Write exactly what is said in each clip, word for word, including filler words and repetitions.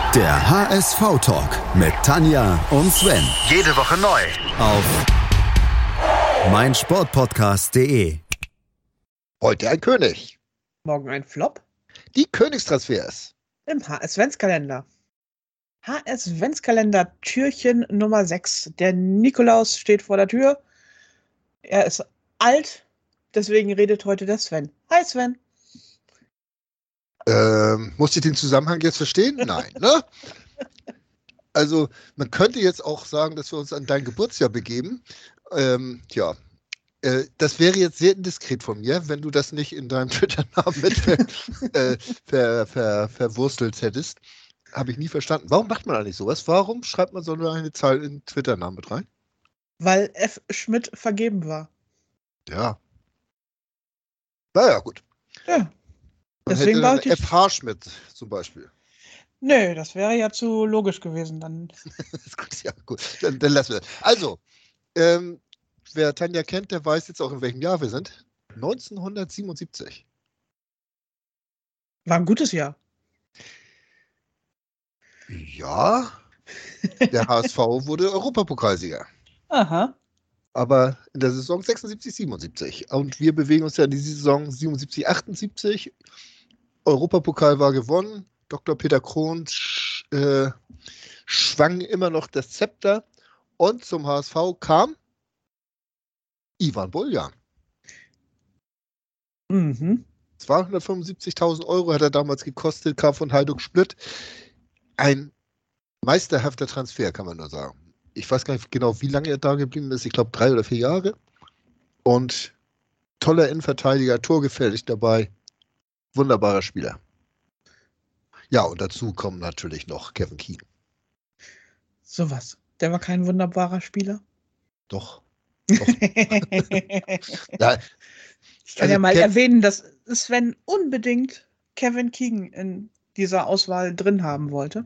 Der H S V-Talk mit Tanja und Sven. Jede Woche neu. Auf meinsportpodcast punkt de. Heute ein König. Morgen ein Flop. Die Königstransfers. Im H S-Ventskalender. H S-Ventskalender Türchen Nummer sechs. Der Nikolaus steht vor der Tür. Er ist alt, deswegen redet heute der Sven. Hi Sven. Ähm, muss ich den Zusammenhang jetzt verstehen? Nein, ne? Also, man könnte jetzt auch sagen, dass wir uns an dein Geburtsjahr begeben. Ähm, ja, äh, das wäre jetzt sehr indiskret von mir, wenn du das nicht in deinem Twitter-Namen mit ver, äh, ver, ver, verwurstelt hättest. Habe ich nie verstanden. Warum macht man eigentlich sowas? Warum schreibt man so nur eine Zahl in Twitter-Namen mit rein? Weil F. Schmidt vergeben war. Ja. Naja, gut. Ja. Man Deswegen hätte dann wollte ich. F H Schmidt zum Beispiel. Nö, das wäre ja zu logisch gewesen dann. Gut, ja, gut. Dann, dann lassen wir das. Also, ähm, wer Tanja kennt, der weiß jetzt auch, in welchem Jahr wir sind. neunzehnhundertsiebenundsiebzig. War ein gutes Jahr. Ja, der H S V wurde Europapokalsieger. Aha. Aber in der Saison sechsundsiebzig, siebenundsiebzig. Und wir bewegen uns ja in die Saison siebenundsiebzig, achtundsiebzig. Europapokal war gewonnen. Doktor Peter Krohn sch, äh, schwang immer noch das Zepter. Und zum H S V kam Ivan Buljan. Mhm. zweihundertfünfundsiebzigtausend Euro hat er damals gekostet, kam von Hajduk Split. Ein meisterhafter Transfer, kann man nur sagen. Ich weiß gar nicht genau, wie lange er da geblieben ist. Ich glaube, drei oder vier Jahre. Und toller Innenverteidiger, torgefährlich dabei. Wunderbarer Spieler. Ja, und dazu kommen natürlich noch Kevin Keegan. Sowas. Der war kein wunderbarer Spieler. Doch. Doch. Ja, Ich kann also ja mal Kev- erwähnen, dass Sven unbedingt Kevin Keegan in dieser Auswahl drin haben wollte.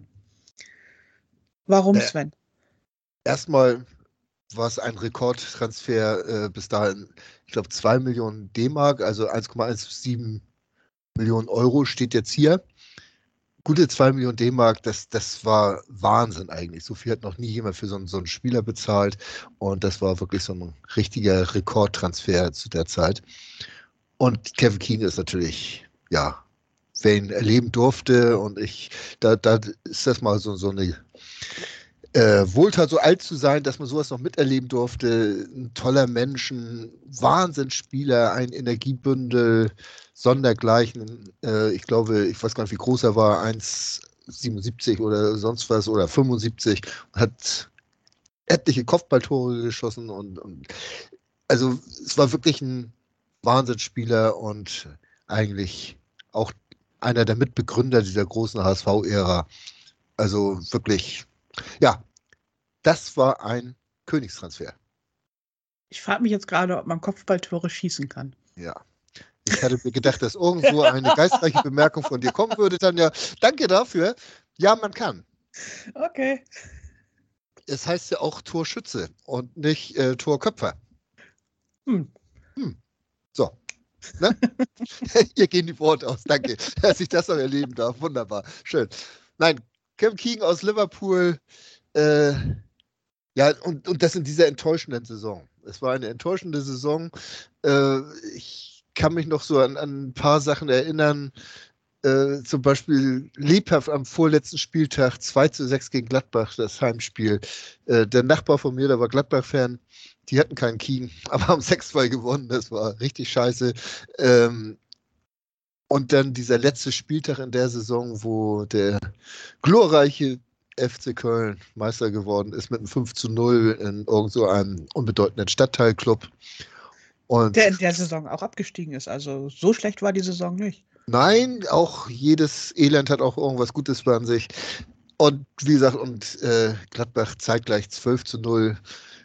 Warum, Äh, Sven? Erstmal war es ein Rekordtransfer äh, bis dahin. Ich glaube, zwei Millionen D-Mark, also eins Komma siebzehn Millionen Euro steht jetzt hier. Gute zwei Millionen D-Mark, das, das war Wahnsinn eigentlich. So viel hat noch nie jemand für so einen, so einen Spieler bezahlt. Und das war wirklich so ein richtiger Rekordtransfer zu der Zeit. Und Kevin Keegan ist natürlich, ja, wer ihn erleben durfte. Und ich, da, da ist das mal so, so eine äh, Wohltat, so alt zu sein, dass man sowas noch miterleben durfte. Ein toller Mensch, ein Wahnsinnsspieler, ein Energiebündel, sondergleichen. Äh, ich glaube, ich weiß gar nicht, wie groß er war, eins Komma siebenundsiebzig oder sonst was oder fünfundsiebzig, hat etliche Kopfballtore geschossen und, und also es war wirklich ein Wahnsinnsspieler und eigentlich auch einer der Mitbegründer dieser großen H S V-Ära. Also wirklich, ja, das war ein Königstransfer. Ich frage mich jetzt gerade, ob man Kopfballtore schießen kann. Ja. Ich hatte mir gedacht, dass irgendwo eine geistreiche Bemerkung von dir kommen würde, Tanja. Danke dafür. Ja, man kann. Okay. Es heißt ja auch Torschütze und nicht äh, Torköpfer. Hm. Hm. So. Ne? Ihr gehen die Worte aus. Danke, dass ich das noch erleben darf. Wunderbar. Schön. Nein, Kevin Keegan aus Liverpool. Äh, ja, und, und das in dieser enttäuschenden Saison. Es war eine enttäuschende Saison. Äh, ich kann mich noch so an, an ein paar Sachen erinnern. Äh, zum Beispiel lebhaft am vorletzten Spieltag zwei zu sechs gegen Gladbach, das Heimspiel. Äh, der Nachbar von mir, der war Gladbach-Fan, die hatten keinen Keegan, aber haben sechs zwei gewonnen. Das war richtig scheiße. Ähm, und dann dieser letzte Spieltag in der Saison, wo der glorreiche F C Köln Meister geworden ist mit einem fünf zu null in irgend so einem unbedeutenden Stadtteilclub. Und Der in der Saison auch abgestiegen ist. Also so schlecht war die Saison nicht. nein, auch jedes Elend hat auch irgendwas Gutes an sich. Und wie gesagt, und äh, Gladbach zeitgleich zwölf zu null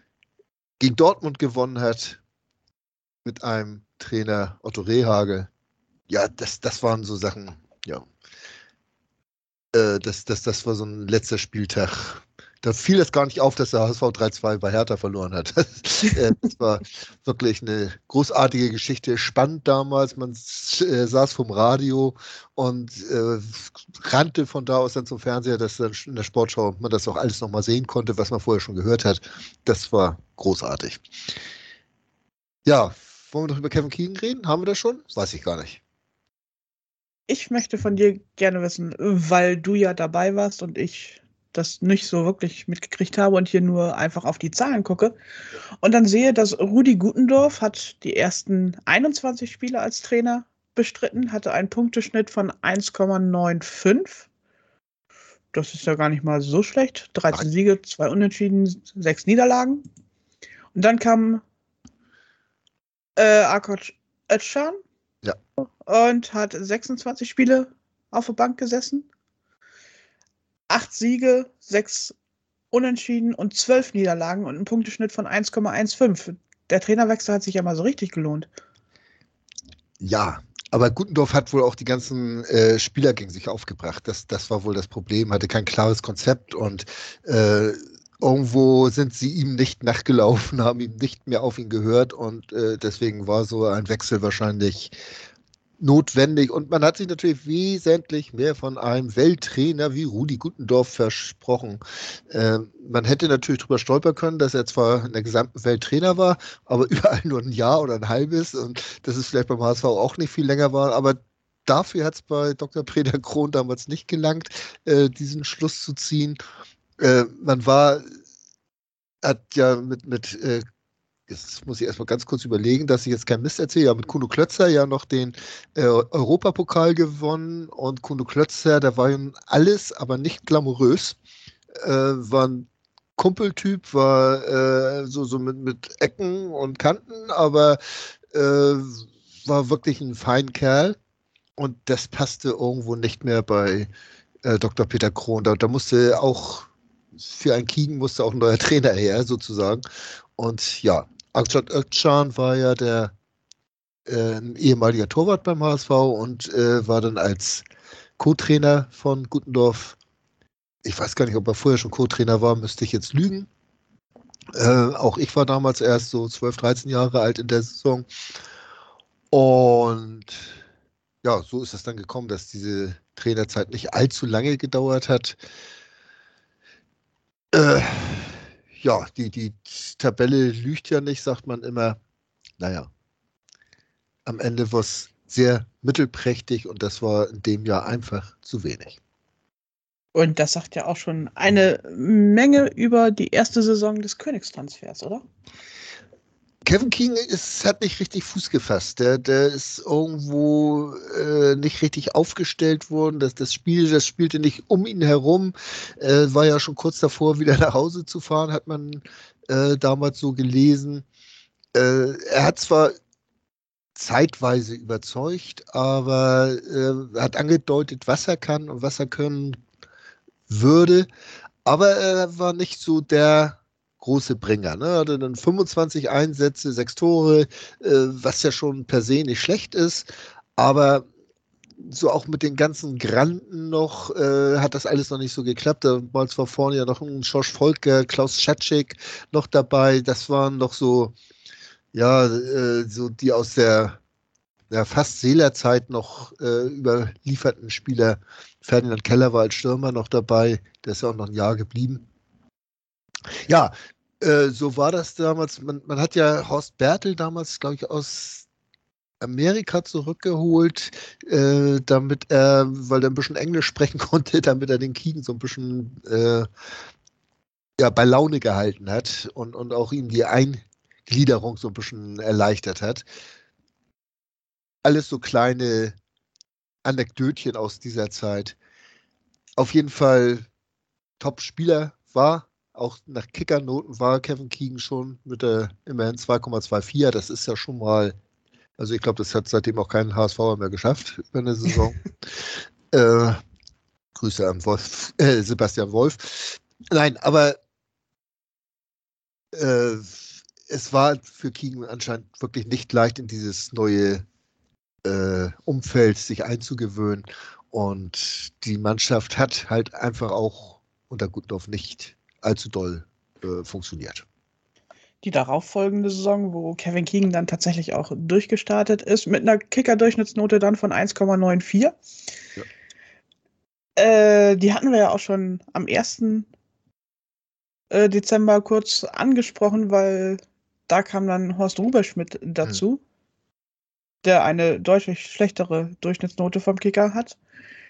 gegen Dortmund gewonnen hat mit einem Trainer Otto Rehhagel. Ja, das, das waren so Sachen, ja. Äh, das, das, das war so ein letzter Spieltag. Da fiel es gar nicht auf, dass der H S V drei zwei bei Hertha verloren hat. Das war wirklich eine großartige Geschichte, spannend damals. Man äh, saß vom Radio und äh, rannte von da aus dann zum Fernseher, dass dann in der Sportschau man das auch alles nochmal sehen konnte, was man vorher schon gehört hat. Das war großartig. Ja, wollen wir noch über Kevin Keegan reden? Haben wir das schon? Weiß ich gar nicht. Ich möchte von dir gerne wissen, weil du ja dabei warst und ich das nicht so wirklich mitgekriegt habe und hier nur einfach auf die Zahlen gucke und dann sehe, dass Rudi Gutendorf hat die ersten einundzwanzig Spiele als Trainer bestritten, hatte einen Punkteschnitt von eins Komma fünfundneunzig. Das ist ja gar nicht mal so schlecht. dreizehn Siege, zwei Unentschieden, sechs Niederlagen. Und dann kam äh, Akot Özcan. Ja. Und hat sechsundzwanzig Spiele auf der Bank gesessen. Acht Siege, sechs Unentschieden und zwölf Niederlagen und einen Punkteschnitt von eins Komma fünfzehn. Der Trainerwechsel hat sich ja mal so richtig gelohnt. Ja, aber Gutendorf hat wohl auch die ganzen äh, Spieler gegen sich aufgebracht. Das, das war wohl das Problem, hatte kein klares Konzept und äh, irgendwo sind sie ihm nicht nachgelaufen, haben ihm nicht mehr auf ihn gehört und äh, deswegen war so ein Wechsel wahrscheinlich notwendig. Und man hat sich natürlich wesentlich mehr von einem Welttrainer wie Rudi Gutendorf versprochen. Äh, man hätte natürlich drüber stolpern können, dass er zwar in der gesamten Welt Trainer war, aber überall nur ein Jahr oder ein halbes und dass es vielleicht beim H S V auch nicht viel länger war, aber dafür hat es bei Doktor Peter Krohn damals nicht gelangt, äh, diesen Schluss zu ziehen. Äh, man war, hat ja mit, mit äh, jetzt muss ich erstmal ganz kurz überlegen, dass ich jetzt kein Mist erzähle. Ja, mit Kuno Klötzer ja noch den äh, Europapokal gewonnen und Kuno Klötzer, der war ja alles, aber nicht glamourös. Äh, war ein Kumpeltyp, war äh, so, so mit, mit Ecken und Kanten, aber äh, war wirklich ein feiner Kerl und das passte irgendwo nicht mehr bei äh, Doktor Peter Krohn. Da, da musste auch für einen Keegan musste auch ein neuer Trainer her, sozusagen. Und ja, Akot Özcan war ja der äh, ein ehemaliger Torwart beim H S V und äh, war dann als Co-Trainer von Gutendorf. Ich weiß gar nicht, ob er vorher schon Co-Trainer war, müsste ich jetzt lügen. Äh, auch ich war damals erst so zwölf, dreizehn Jahre alt in der Saison. Und ja, so ist es dann gekommen, dass diese Trainerzeit nicht allzu lange gedauert hat. Äh, ja, die, die Tabelle lügt ja nicht, sagt man immer. Naja, am Ende war es sehr mittelprächtig und das war in dem Jahr einfach zu wenig. Und das sagt ja auch schon eine Menge über die erste Saison des Königstransfers, oder? Kevin Keegan ist, hat nicht richtig Fuß gefasst. Der, der ist irgendwo äh, nicht richtig aufgestellt worden. Das, das Spiel, das spielte nicht um ihn herum. Äh, war ja schon kurz davor, wieder nach Hause zu fahren, hat man äh, damals so gelesen. Äh, er hat zwar zeitweise überzeugt, aber äh, hat angedeutet, was er kann und was er können würde. Aber er war nicht so der große Bringer. Ne? Er hatte dann fünfundzwanzig Einsätze, sechs Tore, äh, was ja schon per se nicht schlecht ist. Aber so auch mit den ganzen Granden noch äh, hat das alles noch nicht so geklappt. Damals war vorne ja noch ein Schorsch Volker, Klaus Schatschik noch dabei. Das waren noch so, ja, äh, so die aus der ja, fast Seelerzeit noch äh, überlieferten Spieler. Ferdinand Keller war als Stürmer noch dabei. Der ist ja auch noch ein Jahr geblieben. Ja, äh, so war das damals. Man, man hat ja Horst Bertel damals, glaube ich, aus Amerika zurückgeholt, äh, damit er, weil er ein bisschen Englisch sprechen konnte, damit er den Keegan so ein bisschen äh, ja, bei Laune gehalten hat und, und auch ihm die Eingliederung so ein bisschen erleichtert hat. Alles so kleine Anekdötchen aus dieser Zeit. Auf jeden Fall Top-Spieler war, auch nach Kickernoten war Kevin Keegan schon mit der immerhin zwei Komma vierundzwanzig. Das ist ja schon mal, also ich glaube, das hat seitdem auch kein H S V mehr geschafft über eine Saison. äh, Grüße an Wolf, äh, Sebastian Wolf. Nein, aber äh, es war für Keegan anscheinend wirklich nicht leicht, in dieses neue äh, Umfeld sich einzugewöhnen. Und die Mannschaft hat halt einfach auch unter Gutendorf nicht allzu doll äh, funktioniert. Die darauffolgende Saison, wo Kevin Keegan dann tatsächlich auch durchgestartet ist, mit einer Kicker-Durchschnittsnote dann von eins Komma vierundneunzig. Ja. Äh, die hatten wir ja auch schon am ersten Äh, Dezember kurz angesprochen, weil da kam dann Horst Rubesch mit dazu, hm. der eine deutlich schlechtere Durchschnittsnote vom Kicker hat.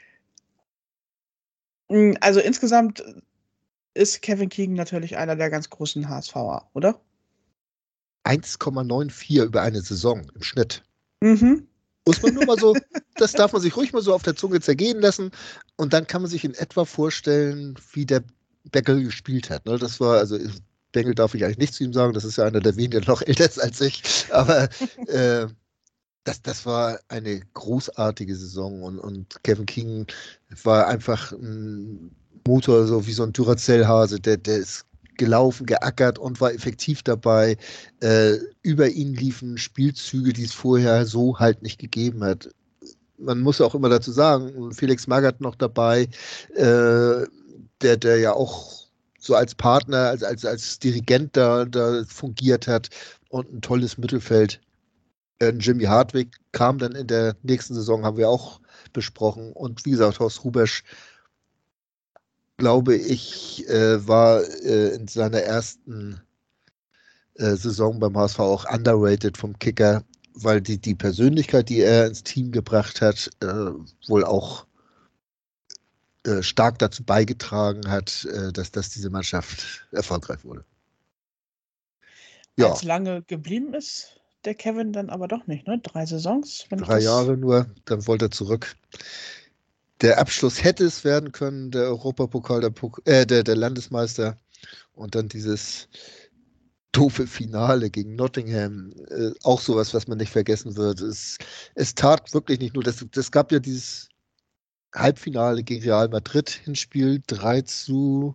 Also insgesamt ist Kevin Keegan natürlich einer der ganz großen H S V'er, oder? eins Komma vierundneunzig über eine Saison im Schnitt. Mhm. Muss man nur mal so, das darf man sich ruhig mal so auf der Zunge zergehen lassen und dann kann man sich in etwa vorstellen, wie der Beckel gespielt hat. Ne? Das war, also Bengel darf ich eigentlich nicht zu ihm sagen, das ist ja einer der wenigen, der noch älter ist als ich, aber äh, das, das war eine großartige Saison und, und Kevin Keegan war einfach ein Motor, so wie so ein Duracell-Hase, der, der ist gelaufen, geackert und war effektiv dabei. Äh, über ihn liefen Spielzüge, die es vorher so halt nicht gegeben hat. Man muss auch immer dazu sagen, Felix Magath noch dabei, äh, der, der ja auch so als Partner, als, als, als Dirigent da, da fungiert hat und ein tolles Mittelfeld. Äh, Jimmy Hartwig kam dann in der nächsten Saison, haben wir auch besprochen. Und wie gesagt, Horst Rubesch, glaube ich, äh, war äh, in seiner ersten äh, Saison beim H S V auch underrated vom Kicker, weil die, die Persönlichkeit, die er ins Team gebracht hat, äh, wohl auch äh, stark dazu beigetragen hat, äh, dass, dass diese Mannschaft erfolgreich wurde. Ja. Als lange geblieben ist der Kevin dann aber doch nicht, ne? Drei Saisons. Wenn Drei Jahre nur, dann wollte er zurück. Der Abschluss hätte es werden können, der Europapokal, der, Pok- äh, der, der Landesmeister und dann dieses doofe Finale gegen Nottingham, äh, auch sowas, was man nicht vergessen wird. Es, es tat wirklich nicht nur, das, das gab ja dieses Halbfinale gegen Real Madrid Hinspiel, drei zu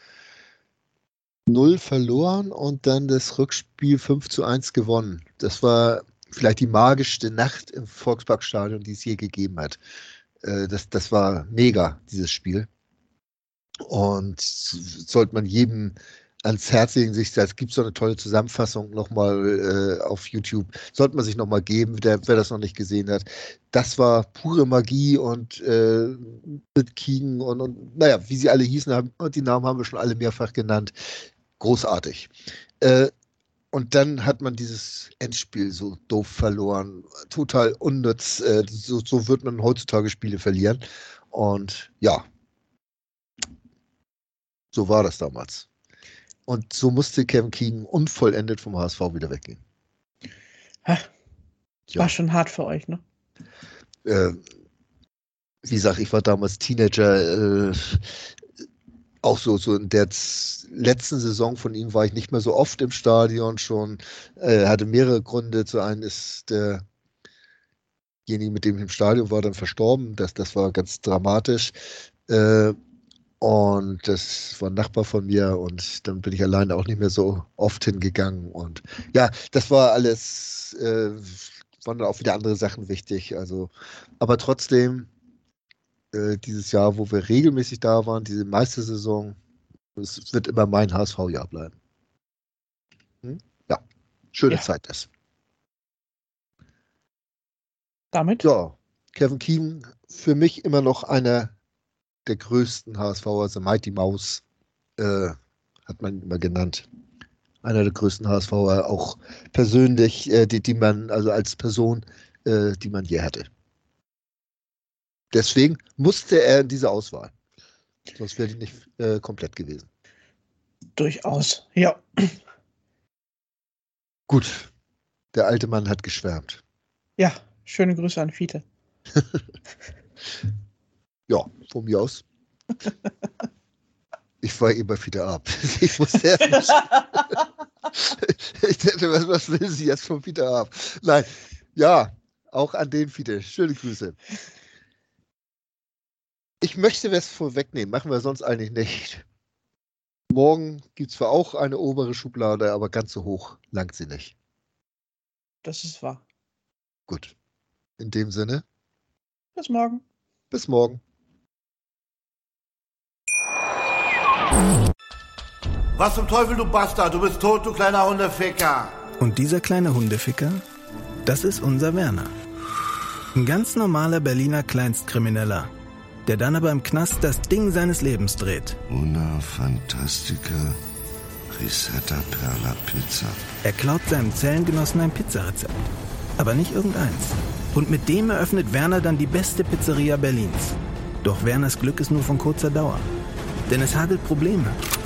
null verloren und dann das Rückspiel fünf zu eins gewonnen. Das war vielleicht die magischste Nacht im Volksparkstadion, die es je gegeben hat. Äh, das, das war mega, dieses Spiel. Und sollte man jedem ans Herz legen, sich, da gibt es so eine tolle Zusammenfassung nochmal äh, auf YouTube, sollte man sich nochmal geben, der, wer das noch nicht gesehen hat. Das war pure Magie und äh, mit Keegan und, und naja, wie sie alle hießen, haben, und die Namen haben wir schon alle mehrfach genannt. Großartig. Äh, und dann hat man dieses Endspiel so doof verloren, total unnütz. Äh, so, so wird man heutzutage Spiele verlieren. Und ja, so war das damals. Und so musste Kevin Keegan unvollendet vom H S V wieder weggehen. Ha, ja. War schon hart für euch, ne? Äh, wie gesagt, ich war damals Teenager. Äh, auch so, so in der letzten Saison von ihm war ich nicht mehr so oft im Stadion schon. Äh, hatte mehrere Gründe. Zu einem ist derjenige, mit dem ich im Stadion war, dann verstorben. Das, das war ganz dramatisch. Äh, Und das war ein Nachbar von mir und dann bin ich alleine auch nicht mehr so oft hingegangen. Und ja, das war alles, äh, waren dann auch wieder andere Sachen wichtig. Also, aber trotzdem, äh, dieses Jahr, wo wir regelmäßig da waren, diese Meistersaison, es wird immer mein H S V-Jahr bleiben. Hm? Ja, schöne ja. Zeit das. Damit? Ja, Kevin Keegan, für mich immer noch einer der größten H S V, also Mighty Mouse, äh, hat man immer genannt. Einer der größten H S V'er, auch persönlich, äh, die, die man, also als Person, äh, die man je hatte. Deswegen musste er in diese Auswahl. Sonst wäre die nicht äh, komplett gewesen. Durchaus, ja. Gut, der alte Mann hat geschwärmt. Ja, schöne Grüße an Fiete. Ja, von mir aus. Ich war eh bei Fiete ab. Ich musste erst mal ich dachte, was, was will sie jetzt von Fiete ab? Nein, ja, auch an den Fiete. Schöne Grüße. Ich möchte was vorwegnehmen, machen wir sonst eigentlich nicht. Morgen gibt es zwar auch eine obere Schublade, aber ganz so hoch langt sie nicht. Das ist wahr. Gut. In dem Sinne. Bis morgen. Bis morgen. Was zum Teufel, du Bastard? Du bist tot, du kleiner Hundeficker. Und dieser kleine Hundeficker, das ist unser Werner. Ein ganz normaler Berliner Kleinstkrimineller, der dann aber im Knast das Ding seines Lebens dreht. Una Fantastica Risetta Perla Pizza. Er klaut seinem Zellengenossen ein Pizzarezept, aber nicht irgendeins. Und mit dem eröffnet Werner dann die beste Pizzeria Berlins. Doch Werners Glück ist nur von kurzer Dauer, denn es hagelt Probleme.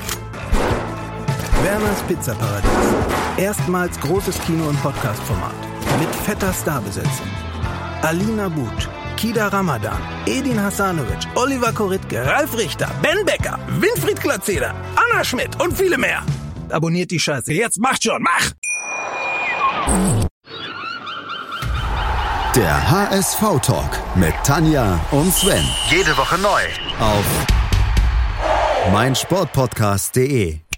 Werners Pizzaparadies. Erstmals großes Kino- und Podcast-Format. Mit fetter Starbesetzung. Alina But, Kida Ramadan, Edin Hasanovic, Oliver Koritke, Ralf Richter, Ben Becker, Winfried Glatzeder, Anna Schmidt und viele mehr. Abonniert die Scheiße. Jetzt macht schon, mach! Der H S V-Talk mit Tanja und Sven. Jede Woche neu. Auf meinsportpodcast punkt de